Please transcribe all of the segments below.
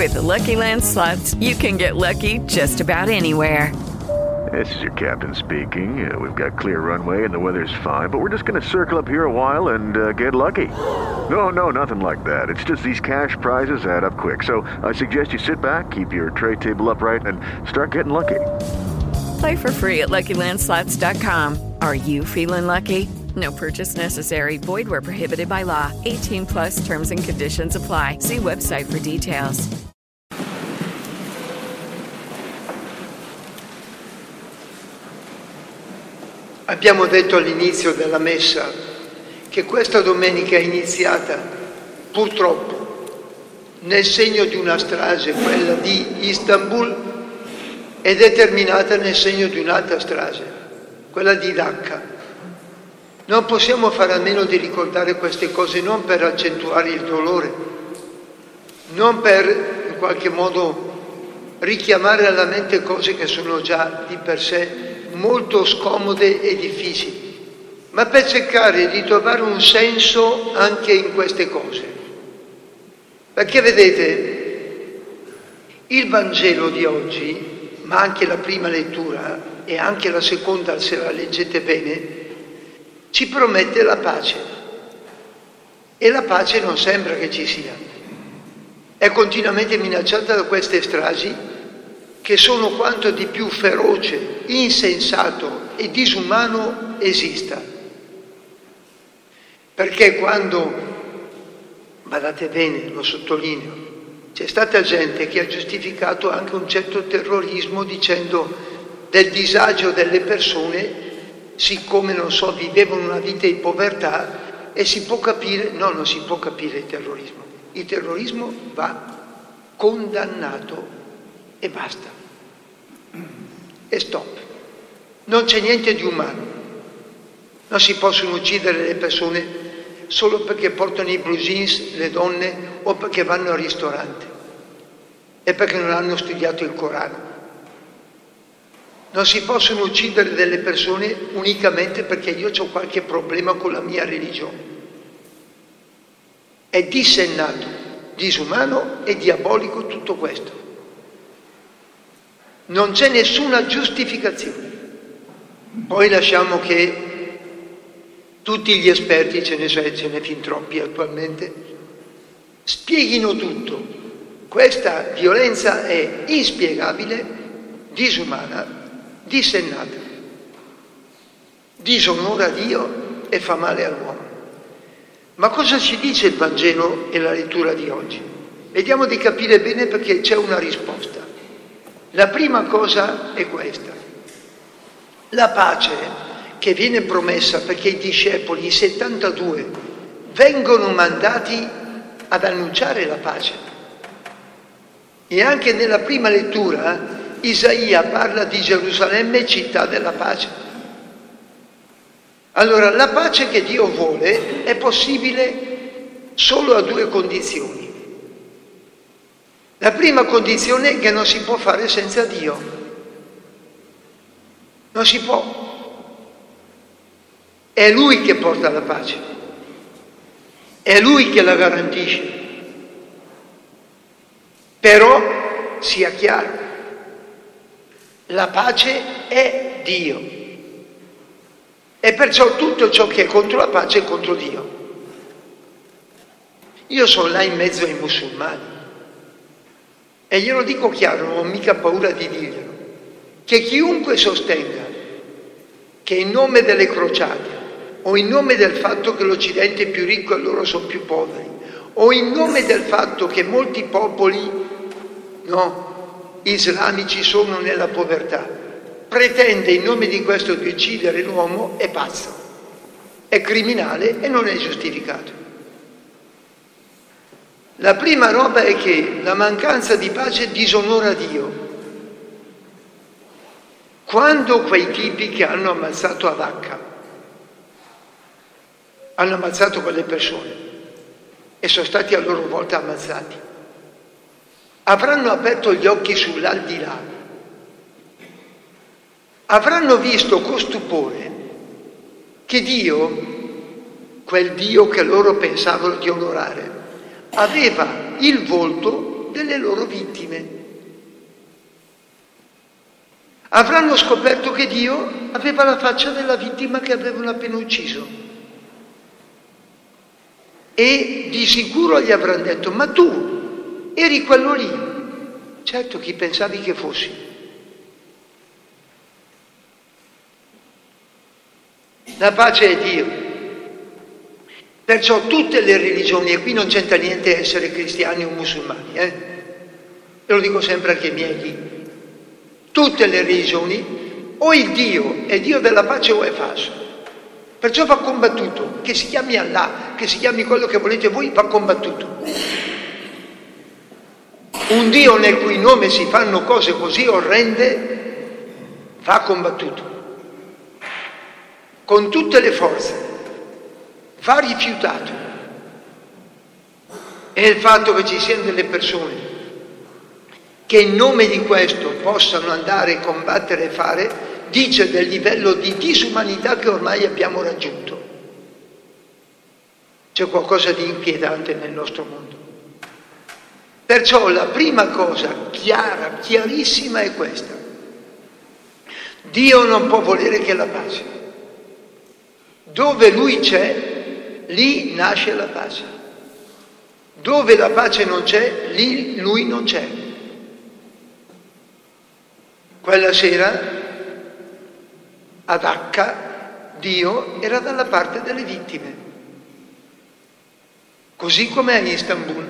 With the Lucky Land Slots, you can get lucky just about anywhere. This is your captain speaking. We've got clear runway and the weather's fine, but we're just going to circle up here a while and get lucky. No, nothing like that. It's just these cash prizes add up quick. So I suggest you sit back, keep your tray table upright, and start getting lucky. Play for free at LuckyLandSlots.com. Are you feeling lucky? No purchase necessary. Void where prohibited by law. 18 plus terms and conditions apply. See website for details. Abbiamo detto all'inizio della messa che questa domenica è iniziata, purtroppo, nel segno di una strage, quella di Istanbul, ed è terminata nel segno di un'altra strage, quella di Dacca. Non possiamo fare a meno di ricordare queste cose, non per accentuare il dolore, non per in qualche modo richiamare alla mente cose che sono già di per sé molto scomode e difficili, ma per cercare di trovare un senso anche in queste cose. Perché vedete, il Vangelo di oggi, ma anche la prima lettura e anche la seconda, se la leggete bene, ci promette la pace. E la pace non sembra che ci sia. È continuamente minacciata da queste stragi che sono quanto di più feroce, insensato e disumano esista. Perché quando, badate bene, lo sottolineo, c'è stata gente che ha giustificato anche un certo terrorismo dicendo del disagio delle persone, siccome, non so, vivevano una vita in povertà, e si può capire, no, non si può capire il terrorismo. Il terrorismo va condannato e basta. E stop. Non c'è niente di umano. Non si possono uccidere le persone solo perché portano i blue jeans, le donne, o perché vanno al ristorante e perché non hanno studiato il Corano. Non si possono uccidere delle persone unicamente perché io ho qualche problema con la mia religione. È dissennato, disumano e diabolico tutto questo. Non c'è nessuna giustificazione. Poi lasciamo che tutti gli esperti, ce n'è fin troppi attualmente, spieghino tutto. Questa violenza è inspiegabile, disumana, dissennata, disonora Dio e fa male all'uomo. Ma cosa ci dice il Vangelo e la lettura di oggi? Vediamo di capire bene, perché c'è una risposta. La prima cosa è questa: la pace che viene promessa, perché i discepoli, i 72, vengono mandati ad annunciare la pace. E anche nella prima lettura Isaia parla di Gerusalemme, città della pace. Allora, la pace che Dio vuole è possibile solo a due condizioni. La prima condizione è che non si può fare senza Dio. Non si può. È Lui che porta la pace. È Lui che la garantisce. Però, sia chiaro, la pace è Dio. E perciò tutto ciò che è contro la pace è contro Dio. Io sono là in mezzo ai musulmani. E glielo dico chiaro, non ho mica paura di dirglielo, che chiunque sostenga che in nome delle crociate, o in nome del fatto che l'Occidente è più ricco e loro sono più poveri, o in nome del fatto che molti popoli islamici sono nella povertà, pretende in nome di questo di uccidere l'uomo, è pazzo, è criminale e non è giustificato. La prima roba è che la mancanza di pace disonora Dio. Quando quei tipi che hanno ammazzato a Dacca hanno ammazzato quelle persone e sono stati a loro volta ammazzati, avranno aperto gli occhi sull'aldilà, avranno visto con stupore che Dio, quel Dio che loro pensavano di onorare, aveva il volto delle loro vittime. Avranno scoperto che Dio aveva la faccia della vittima che avevano appena ucciso. E di sicuro gli avranno detto: ma tu eri quello lì. Certo, chi pensavi che fossi? La pace è Dio. Perciò tutte le religioni, e qui non c'entra niente essere cristiani o musulmani, e lo dico sempre anche ai miei, tutte le religioni, o il Dio è Dio della pace o è falso. Perciò va combattuto, che si chiami Allah, che si chiami quello che volete voi, va combattuto. Un Dio nel cui nome si fanno cose così orrende va combattuto con tutte le forze, va rifiutato. E il fatto che ci siano delle persone che in nome di questo possano andare a combattere e fare, dice del livello di disumanità che ormai abbiamo raggiunto. C'è qualcosa di inquietante nel nostro mondo. Perciò la prima cosa chiara, chiarissima è questa: Dio non può volere che la pace. Dove Lui c'è, lì nasce la pace. Dove la pace non c'è, lì Lui non c'è. Quella sera ad Acca Dio era dalla parte delle vittime, così come a Istanbul.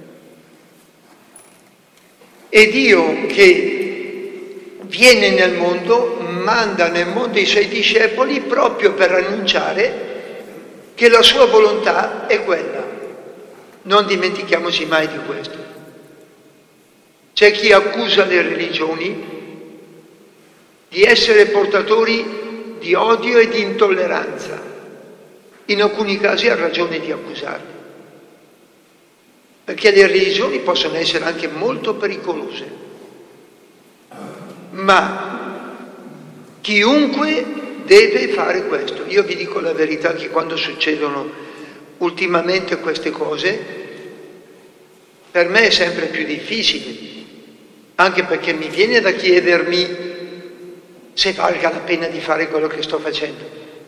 E Dio che viene nel mondo, manda nel mondo i suoi discepoli proprio per annunciare che la sua volontà è quella. Non dimentichiamoci mai di questo. C'è chi accusa le religioni di essere portatori di odio e di intolleranza. In alcuni casi ha ragione di accusarli, perché le religioni possono essere anche molto pericolose. Ma chiunque deve fare questo. Io vi dico la verità che quando succedono ultimamente queste cose, per me è sempre più difficile, anche perché mi viene da chiedermi se valga la pena di fare quello che sto facendo.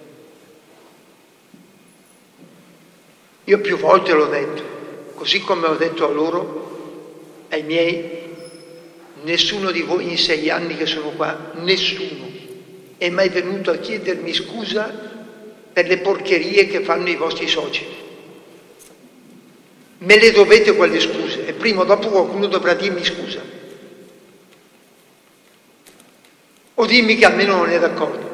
Io più volte l'ho detto, così come ho detto a loro, ai miei, nessuno di voi in 6 anni che sono qua, nessuno è mai venuto a chiedermi scusa per le porcherie che fanno i vostri soci. Me le dovete quelle scuse e prima o dopo qualcuno dovrà dirmi scusa. O dimmi che almeno non è d'accordo.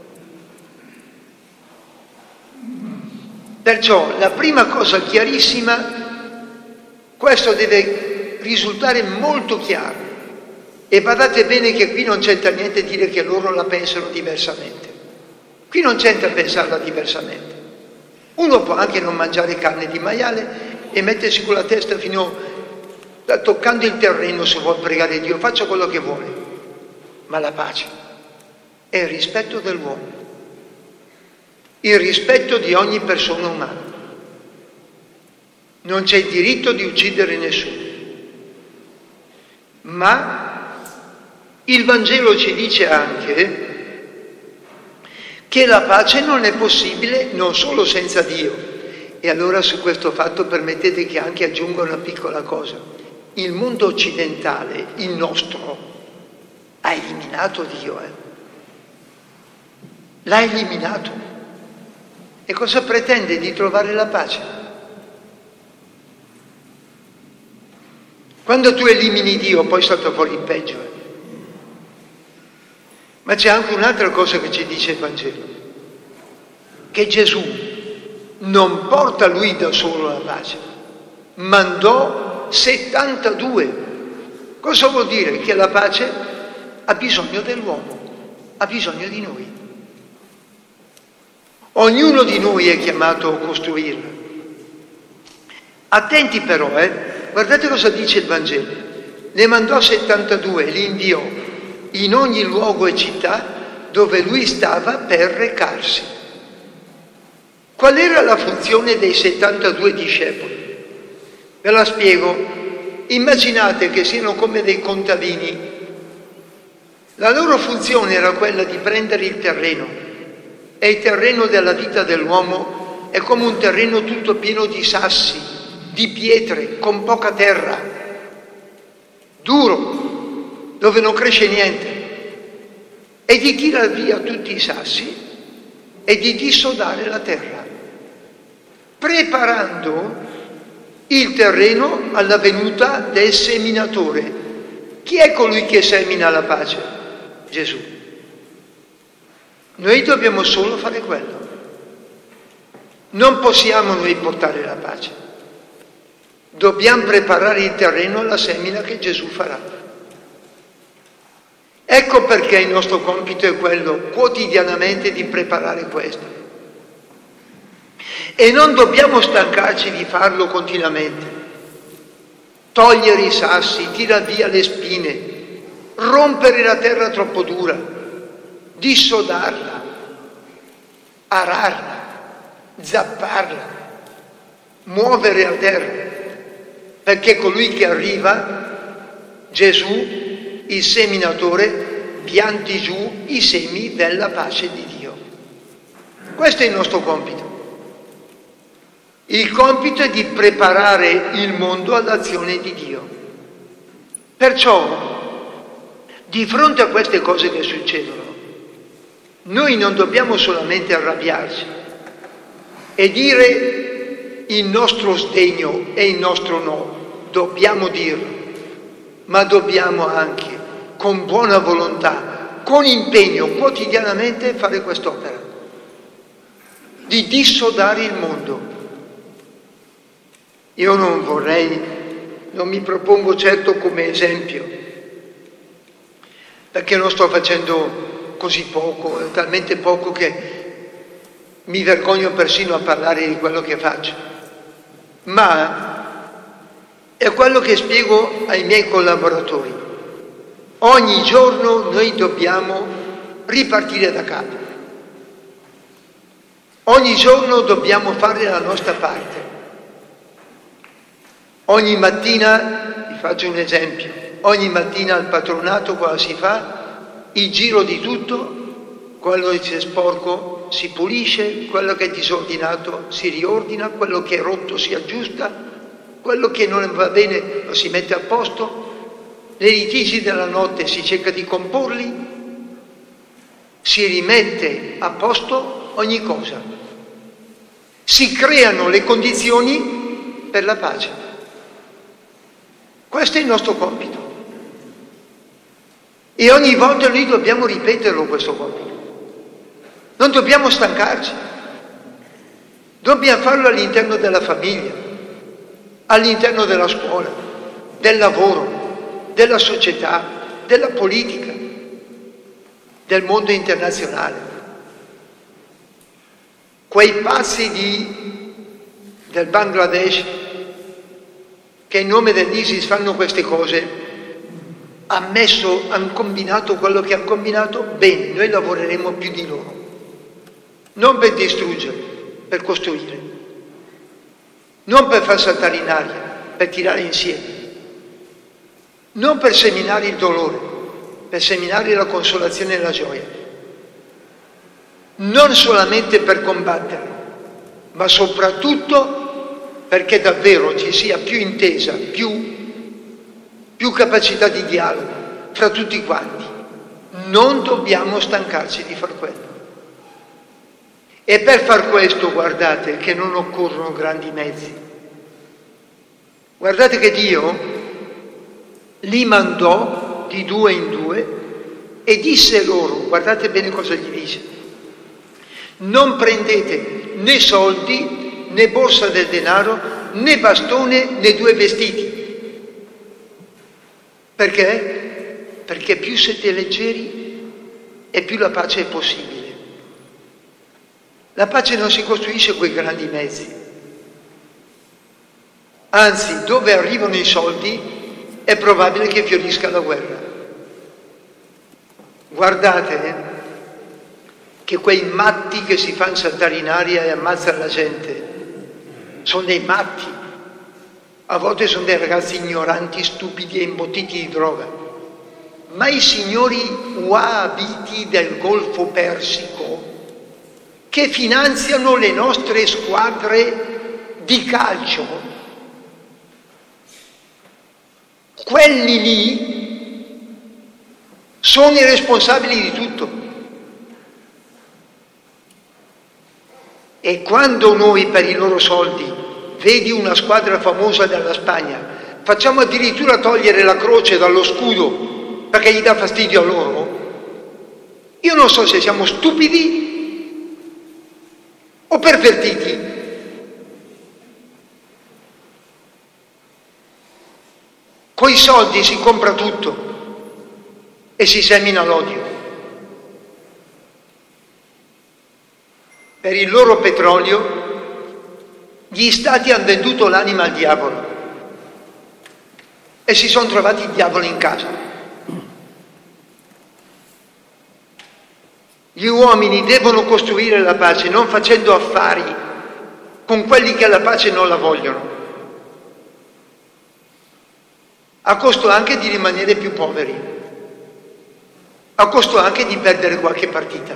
Perciò la prima cosa chiarissima, questo deve risultare molto chiaro. E badate bene che qui non c'entra niente dire che loro la pensano diversamente. Qui non c'entra pensarla diversamente. Uno può anche non mangiare carne di maiale e mettersi con la testa fino a toccando il terreno se vuol pregare Dio, faccia quello che vuole. Ma la pace è il rispetto dell'uomo, il rispetto di ogni persona umana. Non c'è il diritto di uccidere nessuno. Ma il Vangelo ci dice anche che la pace non è possibile non solo senza Dio. E allora su questo fatto permettete che anche aggiunga una piccola cosa. Il mondo occidentale, il nostro, ha eliminato Dio. L'ha eliminato. E cosa pretende? Di trovare la pace. Quando tu elimini Dio poi salta fuori il peggio. Ma c'è anche un'altra cosa che ci dice il Vangelo, che Gesù non porta lui da solo la pace, mandò 72. Cosa vuol dire? Che la pace ha bisogno dell'uomo, ha bisogno di noi. Ognuno di noi è chiamato a costruirla. Attenti però, guardate cosa dice il Vangelo. Ne mandò 72, li inviò in ogni luogo e città dove lui stava per recarsi. Qual era la funzione dei 72 discepoli? Ve la spiego. immaginate che siano come dei contadini. La loro funzione era quella di prendere il terreno, e il terreno della vita dell'uomo è come un terreno tutto pieno di sassi, di pietre, con poca terra, duro, dove non cresce niente, e di tirare via tutti i sassi e di dissodare la terra, preparando il terreno alla venuta del seminatore. Chi è colui che semina la pace? Gesù. Noi dobbiamo solo fare quello. Non possiamo noi portare la pace. Dobbiamo preparare il terreno alla semina che Gesù farà. Ecco perché il nostro compito è quello, quotidianamente, di preparare questo. E non dobbiamo stancarci di farlo continuamente. Togliere i sassi, tirare via le spine, rompere la terra troppo dura, dissodarla, ararla, zapparla, muovere la terra, perché colui che arriva, Gesù, il seminatore, pianti giù i semi della pace di Dio. Questo è il nostro compito. Il compito è di preparare il mondo all'azione di Dio. Perciò, di fronte a queste cose che succedono, noi non dobbiamo solamente arrabbiarci e dire il nostro sdegno e il nostro no, dobbiamo dirlo, ma dobbiamo anche, con buona volontà, con impegno, quotidianamente fare quest'opera, di dissodare il mondo. Io non mi propongo certo come esempio, perché non sto facendo così poco, talmente poco che mi vergogno persino a parlare di quello che faccio, ma è quello che spiego ai miei collaboratori. Ogni giorno noi dobbiamo ripartire da capo. Ogni giorno dobbiamo fare la nostra parte. Ogni mattina, vi faccio un esempio, ogni mattina al patronato cosa si fa? Il giro di tutto, quello che è sporco si pulisce, quello che è disordinato si riordina, quello che è rotto si aggiusta, quello che non va bene lo si mette a posto, le litigi della notte si cerca di comporli, si rimette a posto ogni cosa. Si creano le condizioni per la pace. Questo è il nostro compito. E ogni volta noi dobbiamo ripeterlo questo compito. Non dobbiamo stancarci. Dobbiamo farlo all'interno della famiglia, all'interno della scuola, del lavoro, della società, della politica, del mondo internazionale. Quei pazzi del Bangladesh che in nome dell'ISIS fanno queste cose, hanno combinato quello che hanno combinato, bene, noi lavoreremo più di loro. Non per distruggere, per costruire. Non per far saltare in aria, per tirare insieme. Non per seminare il dolore, per seminare la consolazione e la gioia. Non solamente per combattere, ma soprattutto perché davvero ci sia più intesa, più capacità di dialogo fra tutti quanti. Non dobbiamo stancarci di far quello. E per far questo, guardate che non occorrono grandi mezzi. Guardate che Dio li mandò di due in due e disse loro, guardate bene cosa gli dice, non prendete né soldi, né borsa del denaro, né bastone, né 2 vestiti. Perché? Perché più siete leggeri e più la pace è possibile. La pace non si costruisce con i grandi mezzi. Anzi, dove arrivano i soldi è probabile che fiorisca la guerra. Guardate che quei matti che si fanno saltare in aria e ammazzano la gente sono dei matti. A volte sono dei ragazzi ignoranti, stupidi e imbottiti di droga. Ma i signori wahhabiti del Golfo Persico, che finanziano le nostre squadre di calcio, quelli lì sono i responsabili di tutto. E quando noi per i loro soldi, vedi una squadra famosa della Spagna, facciamo addirittura togliere la croce dallo scudo perché gli dà fastidio a loro, io non so se siamo stupidi o pervertiti. Coi soldi si compra tutto e si semina l'odio. Per il loro petrolio gli stati hanno venduto l'anima al diavolo e si sono trovati il diavolo in casa. Gli uomini devono costruire la pace non facendo affari con quelli che la pace non la vogliono, a costo anche di rimanere più poveri, a costo anche di perdere qualche partita.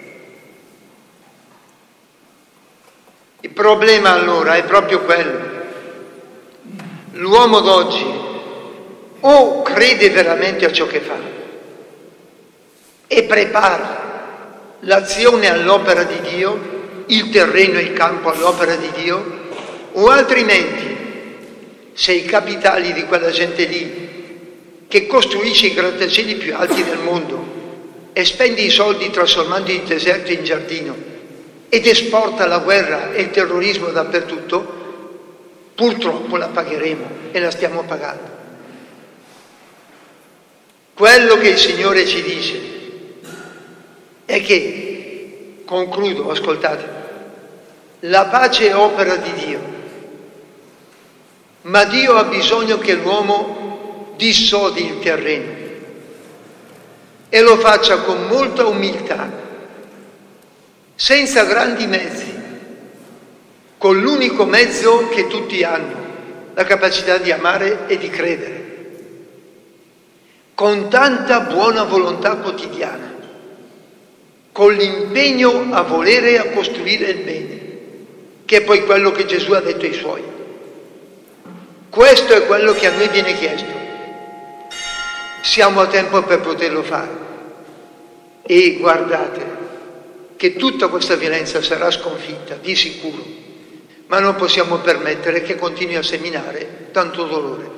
Il problema allora è proprio quello. L'uomo d'oggi o crede veramente a ciò che fa e prepara l'azione all'opera di Dio, il terreno e il campo all'opera di Dio, o altrimenti, se i capitali di quella gente lì che costruisce i grattacieli più alti del mondo e spende i soldi trasformando il deserto in giardino ed esporta la guerra e il terrorismo dappertutto, purtroppo la pagheremo e la stiamo pagando. Quello che il Signore ci dice è che, concludo, ascoltate, la pace è opera di Dio, ma Dio ha bisogno che l'uomo dissodi il terreno e lo faccia con molta umiltà, senza grandi mezzi, con l'unico mezzo che tutti hanno, la capacità di amare e di credere, con tanta buona volontà quotidiana, con l'impegno a volere e a costruire il bene, che è poi quello che Gesù ha detto ai Suoi. Questo è quello che a noi viene chiesto. Siamo a tempo per poterlo fare. E guardate che tutta questa violenza sarà sconfitta, di sicuro, ma non possiamo permettere che continui a seminare tanto dolore.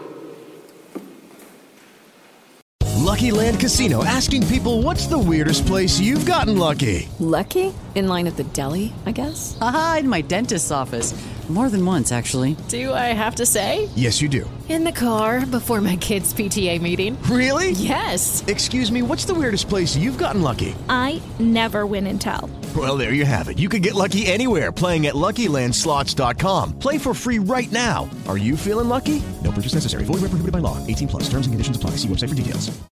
Lucky Land Casino, asking people, what's the weirdest place you've gotten lucky? Lucky? In line at the deli, I guess? Aha, in my dentist's office. More than once, actually. Do I have to say? Yes, you do. In the car before my kids' PTA meeting. Really? Yes. Excuse me, what's the weirdest place you've gotten lucky? I never win and tell. Well, there you have it. You can get lucky anywhere, playing at LuckyLandSlots.com. Play for free right now. Are you feeling lucky? No purchase necessary. Void where prohibited by law. 18+. Terms and conditions apply. See website for details.